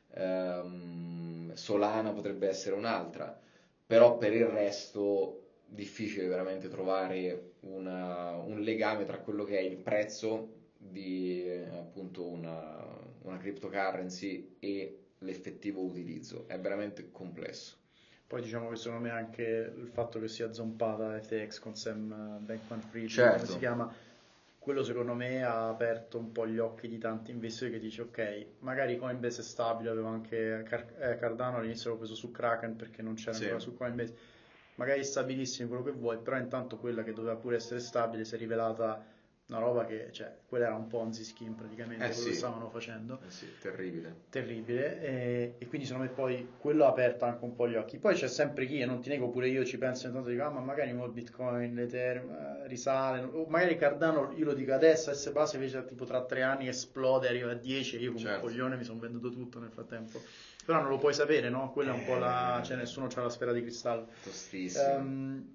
Solana potrebbe essere un'altra, però per il resto difficile veramente trovare un legame tra quello che è il prezzo di appunto una cryptocurrency e l'effettivo utilizzo. È veramente complesso. Poi diciamo che secondo me anche il fatto che sia zompata FTX con Sam Bankman-Fried, come si Certo, chiama, quello secondo me ha aperto un po' gli occhi di tanti investitori, che dice ok, magari Coinbase è stabile, avevo anche Cardano all'inizio l'ho preso su Kraken perché non c'era sì, ancora su Coinbase, magari è stabilissimo quello che vuoi, però intanto quella che doveva pure essere stabile si è rivelata una roba che, cioè, quella era un Ponzi scheme praticamente, quello che sì, stavano facendo. sì, terribile. Terribile, e quindi secondo me poi quello ha aperto anche un po' gli occhi. Poi c'è sempre chi, e non ti nego, pure io ci penso intanto, dico, ma magari il Bitcoin, l'Ethereum risale, o magari Cardano, io lo dico adesso, S base invece tipo tra 3 anni esplode, arriva a 10, e io come un Certo. coglione mi sono venduto tutto nel frattempo. Però non lo puoi sapere, no? Quella è un po' cioè nessuno ha la sfera di cristallo. Tostissimo. Ehm,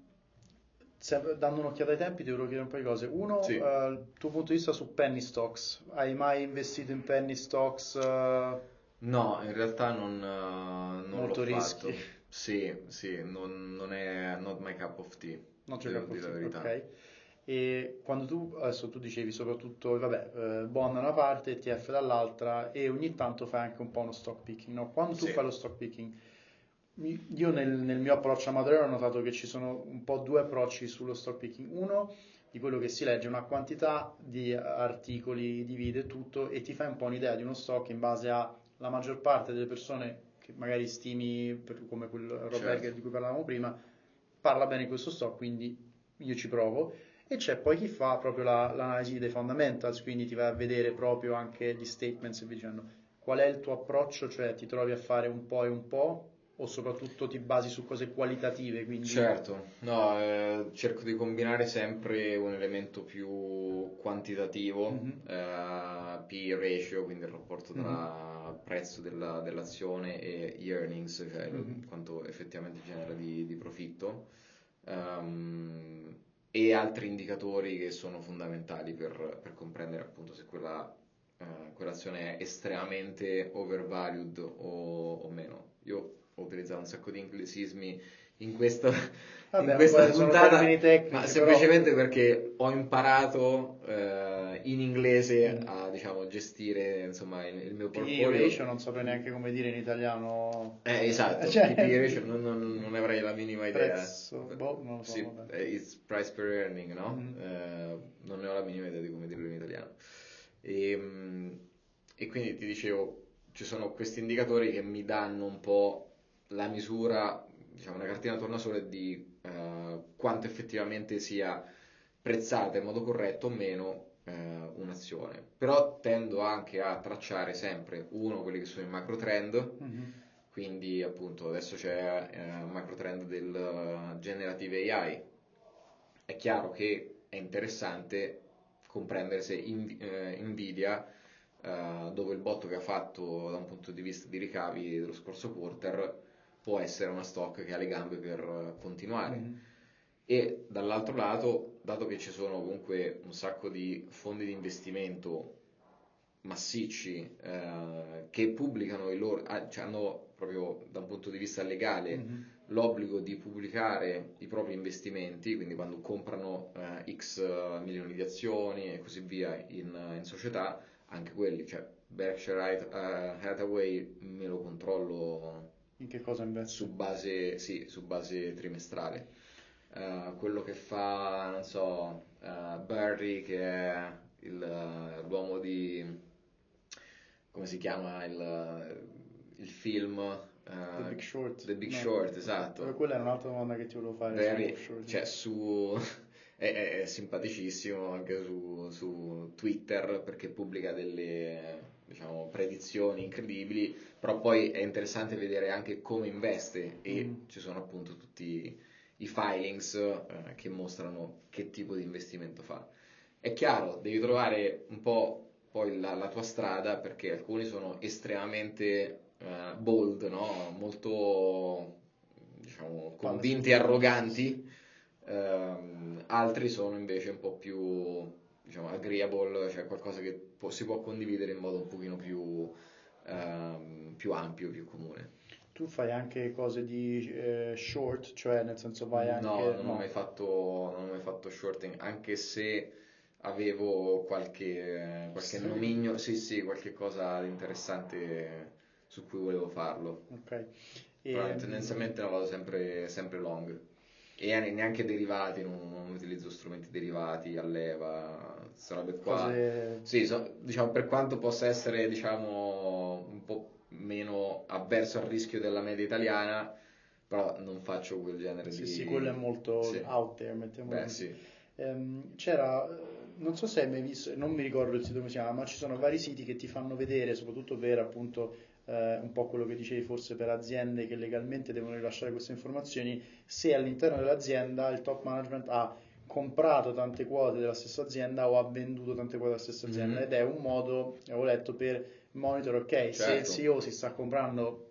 Dando un'occhiata ai tempi, ti volevo chiedere un paio di cose. Uno, Sì. il tuo punto di vista su penny stocks. Hai mai investito in penny stocks No, in realtà non l'ho molto rischi? fatto. Sì, sì, non è not my cup of tea, Non c'è devo capo, dire la verità. ok. E quando adesso tu dicevi soprattutto, vabbè, bond da una parte, ETF dall'altra, e ogni tanto fai anche un po' uno stock picking, no? Quando tu Sì, fai lo stock picking, io nel mio approccio amatoriale ho notato che ci sono un po' due approcci sullo stock picking. Uno, di quello che si legge, una quantità di articoli, di video e tutto, e ti fai un po' un'idea di uno stock in base alla maggior parte delle persone che magari stimi, come quel Rob certo. Berger di cui parlavamo prima, parla bene di questo stock, quindi io ci provo. E c'è poi chi fa proprio l'analisi dei fundamentals, quindi ti vai a vedere proprio anche gli statements e via dicendo. Qual è il tuo approccio? Cioè ti trovi a fare un po' e un po', o soprattutto ti basi su cose qualitative, quindi... Certo, no, cerco di combinare sempre un elemento più quantitativo, Mhm, P ratio, quindi il rapporto mhm, tra prezzo dell'azione e earnings, cioè mhm. quanto effettivamente genera di profitto, e altri indicatori che sono fondamentali per comprendere appunto se quell'azione è estremamente overvalued o meno. Io ho utilizzato un sacco di inglesismi in questa, in Vabbè, questa poi sono termini puntata, ma tecnici, però... semplicemente perché ho imparato in inglese Mhm. a, diciamo, gestire, insomma, il mio P ratio portfolio. non saprei neanche come dire in italiano, Esatto, cioè, PPE ratio non ne avrei la minima idea. prezzo, boh, non lo so, Sì, vabbè. it's price per earning, no? Mhm. Non ne ho la minima idea di come dirlo in italiano. E, e quindi ti dicevo, ci sono questi indicatori che mi danno un po' la misura, diciamo, una cartina tornasole di quanto effettivamente sia prezzata in modo corretto o meno un'azione. Però tendo anche a tracciare sempre, uno, quelli che sono i macro trend, Mhm. quindi appunto adesso c'è un macro trend del generative AI. È chiaro che è interessante comprendere se Nvidia, dopo il botto che ha fatto da un punto di vista di ricavi dello scorso quarter, può essere una stock che ha le gambe per continuare. Mhm. E dall'altro lato, dato che ci sono comunque un sacco di fondi di investimento massicci che pubblicano i loro, cioè hanno proprio da un punto di vista legale l'obbligo di pubblicare i propri investimenti, quindi quando comprano X milioni di azioni e così via in società, anche quelli, cioè Berkshire Hathaway me lo controllo in che cosa investe? Su base trimestrale. Quello che fa, non so, Barry, che è l'uomo di, come si chiama il film? The Big Short. The Big No. Short, esatto. Quella è un'altra domanda che ti volevo fare. Barry, cioè è simpaticissimo anche su Twitter perché pubblica delle, diciamo, predizioni incredibili, però poi è interessante vedere anche come investe e ci sono appunto tutti i filings che mostrano che tipo di investimento fa. È chiaro, devi trovare un po' poi la tua strada perché alcuni sono estremamente bold, no? Molto, diciamo, convinti e arroganti. Altri sono invece un po' più, diciamo, agreeable, cioè qualcosa che si può condividere in modo un pochino più ampio, più comune. Tu fai anche cose di short, cioè nel senso vai anche... No, non ho mai fatto shorting, anche se avevo qualche nomignolo, sì, qualche cosa di interessante su cui volevo farlo. Ok. Però tendenzialmente la vado sempre long. E neanche derivati, non utilizzo strumenti derivati a leva, queste robe qua. Sì, diciamo, per quanto possa essere, diciamo, un po' meno avverso al rischio della media italiana, però non faccio quel genere di... Sì, quello è molto out there, mettiamolo così. C'era, non so se hai mai visto, non mi ricordo il sito come si chiama, ma ci sono vari siti che ti fanno vedere, soprattutto per appunto un po' quello che dicevi, forse per aziende che legalmente devono rilasciare queste informazioni, se all'interno dell'azienda il top management ha comprato tante quote della stessa azienda o ha venduto tante quote della stessa azienda, ed è un modo, avevo letto, per monitor, ok, certo. Se il CEO si sta comprando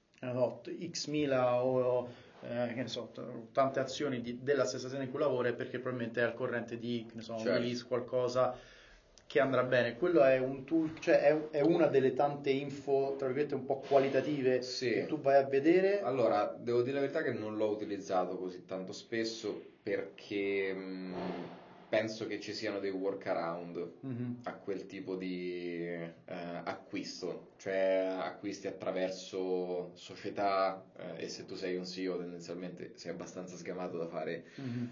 x mila o che ne so, tante azioni della stessa azienda in cui lavora, è perché probabilmente è al corrente di, che ne so, certo. release qualcosa che andrà bene. Quello è un tool, cioè è una delle tante info, tra virgolette, un po' qualitative che tu vai a vedere. Allora, devo dire la verità che non l'ho utilizzato così tanto spesso perché penso che ci siano dei workaround a quel tipo di acquisto, cioè acquisti attraverso società e se tu sei un CEO tendenzialmente sei abbastanza sgamato da fare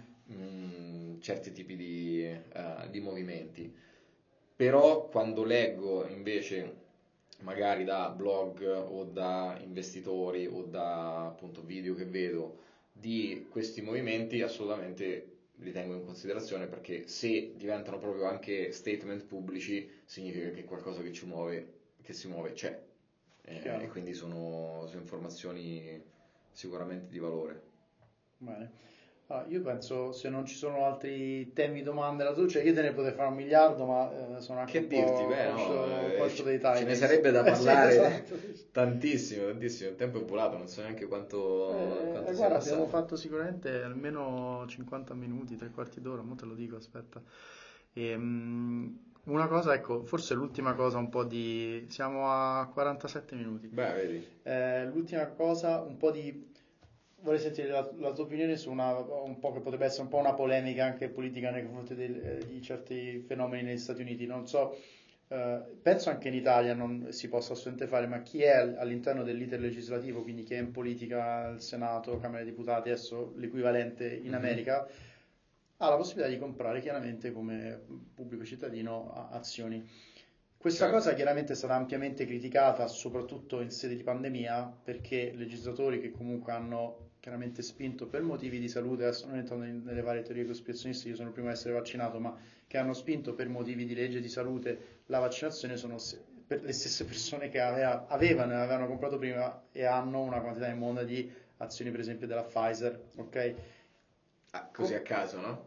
certi tipi di movimenti. Però quando leggo invece magari da blog o da investitori o da appunto video che vedo di questi movimenti, assolutamente li tengo in considerazione perché se diventano proprio anche statement pubblici significa che qualcosa che si muove c'è e quindi sono informazioni sicuramente di valore. Bene. Io penso, se non ci sono altri temi, domande da tu, cioè io te ne potrei fare un miliardo, ma sono anche conscio dei timing. Ce ne sarebbe da parlare esatto. tantissimo, il tempo è volato, non so neanche quanto sia guarda, passato. abbiamo fatto sicuramente almeno 50 minuti, 3/4 d'ora, mo te lo dico, aspetta. Una cosa, ecco, forse l'ultima cosa un po' di... siamo a 47 minuti. Beh, vedi. L'ultima cosa, un po' di... vorrei sentire la tua opinione su un po' che potrebbe essere un po' una polemica anche politica nei confronti di certi fenomeni negli Stati Uniti. Non so, penso anche in Italia non si possa assolutamente fare, ma chi è all'interno dell'iter legislativo, quindi chi è in politica, il Senato, Camera dei Deputati, adesso l'equivalente in America, ha la possibilità di comprare chiaramente come pubblico cittadino azioni. Questa cosa chiaramente è stata ampiamente criticata, soprattutto in sede di pandemia, perché legislatori che comunque hanno chiaramente spinto per motivi di salute, adesso non entrando nelle varie teorie cospirazionistiche, io sono il primo a essere vaccinato, ma che hanno spinto per motivi di legge di salute la vaccinazione, sono per le stesse persone che avevano comprato prima e hanno una quantità immonda di azioni, per esempio della Pfizer, ok? Così a caso, no?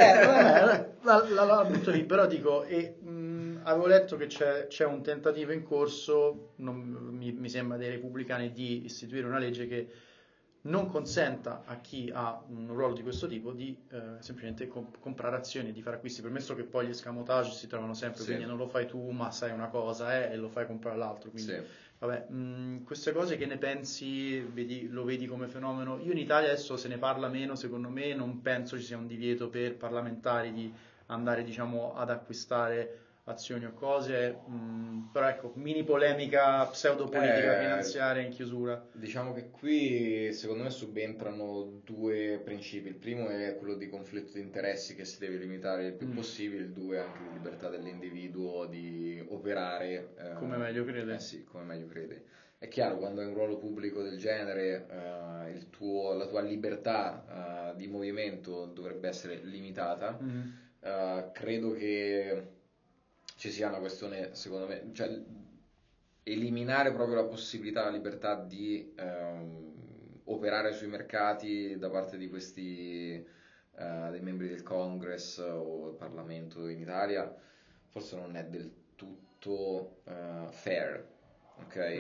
La butto lì, però dico, avevo letto che c'è un tentativo in corso, mi sembra dei repubblicani, di istituire una legge che non consenta a chi ha un ruolo di questo tipo di semplicemente comprare azioni e di fare acquisti, permesso che poi gli escamotage si trovano sempre, Sì. quindi non lo fai tu ma sai una cosa e lo fai comprare all'altro, quindi Sì. vabbè, queste cose che ne pensi, lo vedi come fenomeno? Io in Italia adesso se ne parla meno, secondo me non penso ci sia un divieto per parlamentari di andare diciamo ad acquistare azioni o cose, però ecco, mini polemica pseudopolitica finanziaria in chiusura. Diciamo che qui secondo me subentrano due principi. Il primo è quello di conflitto di interessi che si deve limitare il più possibile, il due è anche di libertà dell'individuo di operare Come meglio crede. sì, come meglio crede. È chiaro, quando hai un ruolo pubblico del genere, la tua libertà di movimento dovrebbe essere limitata. Credo che ci sia una questione, secondo me, cioè eliminare proprio la possibilità, la libertà di operare sui mercati da parte di questi dei membri del Congress o del Parlamento in Italia, forse non è del tutto fair, ok?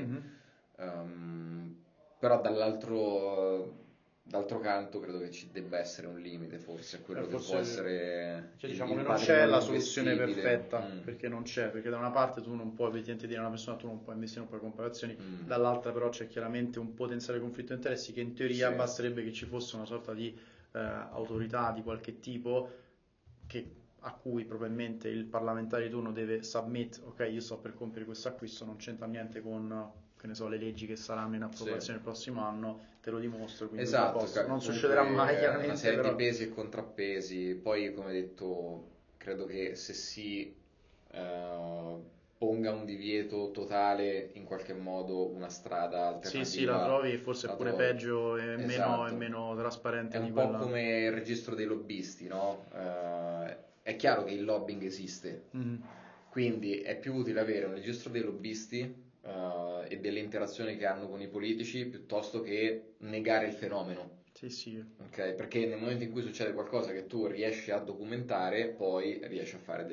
Però d'altro canto credo che ci debba essere un limite forse a quello che può essere cioè, il diciamo che non c'è patrimonio la soluzione investibile. perfetta perché non c'è, perché da una parte tu non puoi effettivamente dire a una persona tu non puoi investire, non puoi comprare azioni, dall'altra però c'è chiaramente un potenziale conflitto di interessi che in teoria Sì. basterebbe che ci fosse una sorta di autorità di qualche tipo a cui probabilmente il parlamentare di turno deve submit, ok, io sto per compiere questo acquisto, non c'entra niente con, che ne so, le leggi che saranno in approvazione il prossimo anno, te lo dimostro, quindi Esatto, non comunque succederà mai chiaramente, una serie però di pesi e contrappesi. Poi, come detto, credo che se si ponga un divieto totale, in qualche modo una strada alternativa sì, la trovi, forse è la pure trovi. peggio e Esatto. meno trasparente È di un po' quella. come il registro dei lobbisti, no? È chiaro che il lobbying esiste, quindi è più utile avere un registro dei lobbisti e delle interazioni che hanno con i politici piuttosto che negare il fenomeno. Sì. Ok? Perché nel momento in cui succede qualcosa che tu riesci a documentare, poi riesci a fare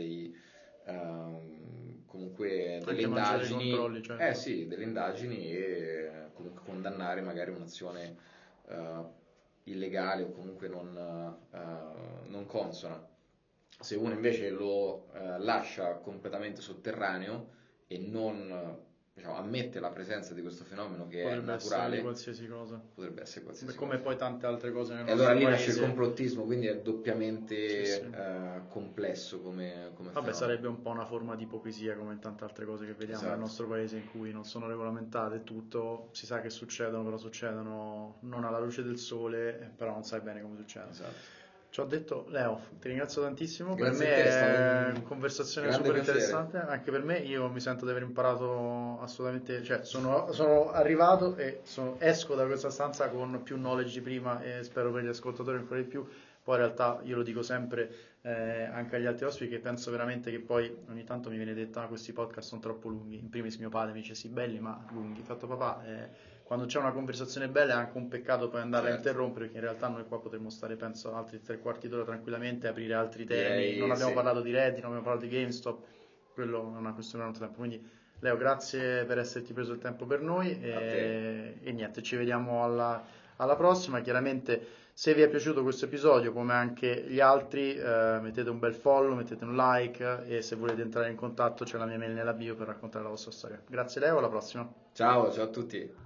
comunque delle Anche maggiori indagini. controlli, certo. Sì, delle indagini e comunque condannare magari un'azione illegale o comunque non consona. Se uno invece lo lascia completamente sotterraneo e non diciamo, ammette la presenza di questo fenomeno che è Potrebbe essere di naturale, qualsiasi cosa. potrebbe essere qualsiasi Come cosa. poi tante altre cose nel E allora nostro lì nasce il paese. complottismo, quindi è doppiamente Sì. complesso come Vabbè, fenomeno. sarebbe un po' una forma di ipocrisia come in tante altre cose che vediamo nel nostro paese in cui non sono regolamentate e tutto, si sa che succedono, però succedono non alla luce del sole, però non sai bene come succedono. Esatto. Ci ho detto, Leo, ti ringrazio tantissimo, Grazie per a te, è me stato è un una conversazione grande super piacere. interessante, anche per me, io mi sento di aver imparato assolutamente, cioè sono arrivato e esco da questa stanza con più knowledge di prima e spero per gli ascoltatori ancora di più. Poi in realtà io lo dico sempre anche agli altri ospiti che penso veramente che poi ogni tanto mi viene detto questi podcast sono troppo lunghi, in primis mio padre mi dice sì belli ma lunghi, fatto papà quando c'è una conversazione bella è anche un peccato poi andarla a interrompere perché in realtà noi qua potremmo stare penso altri 3 quarti d'ora tranquillamente, aprire altri temi, non abbiamo parlato di Reddit, non abbiamo parlato di GameStop, quello è una questione di altro tempo, quindi Leo grazie per esserti preso il tempo per noi e niente, ci vediamo alla prossima, chiaramente se vi è piaciuto questo episodio, come anche gli altri, mettete un bel follow, mettete un like e se volete entrare in contatto c'è la mia mail nella bio per raccontare la vostra storia. Grazie Leo, alla prossima. Ciao a tutti.